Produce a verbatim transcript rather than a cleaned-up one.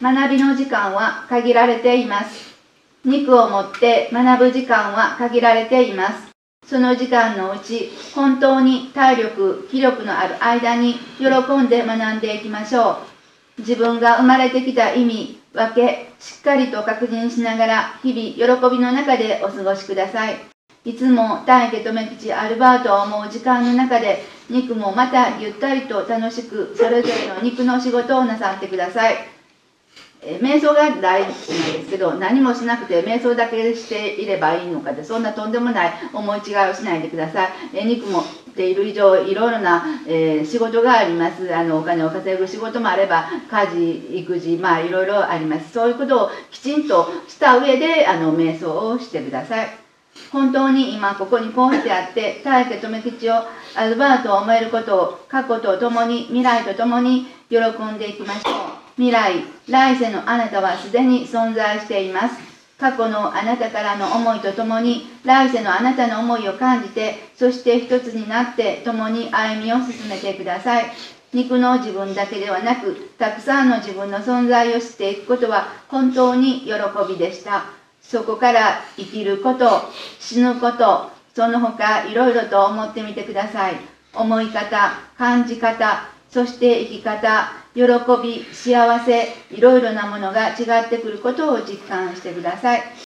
学びの時間は限られています。肉を持って学ぶ時間は限られています。その時間のうち、本当に体力、気力のある間に喜んで学んでいきましょう。自分が生まれてきた意味、分け、しっかりと確認しながら、日々喜びの中でお過ごしください。いつも大家留吉アルバートを思う時間の中で、肉もまたゆったりと楽しく、それぞれの肉の仕事をなさってください。え瞑想が大事なんですけど、何もしなくて瞑想だけしていればいいのかで、そんなとんでもない思い違いをしないでください。え肉持っている以上、いろいろな、えー、仕事があります。あのお金を稼ぐ仕事もあれば、家事、育児、まあいろいろあります。そういうことをきちんとした上であの瞑想をしてください。本当に今ここにこうしてあって、大家留吉をアルバートを思えることを過去とともに、未来とともに喜んでいきましょう。未来、来世のあなたはすでに存在しています。過去のあなたからの思いとともに、来世のあなたの思いを感じて、そして一つになって共に歩みを進めてください。肉の自分だけではなく、たくさんの自分の存在を知っていくことは本当に喜びでした。そこから生きること、死ぬこと、その他いろいろと思ってみてください。思い方、感じ方、そして生き方、喜び、幸せ、いろいろなものが違ってくることを実感してください。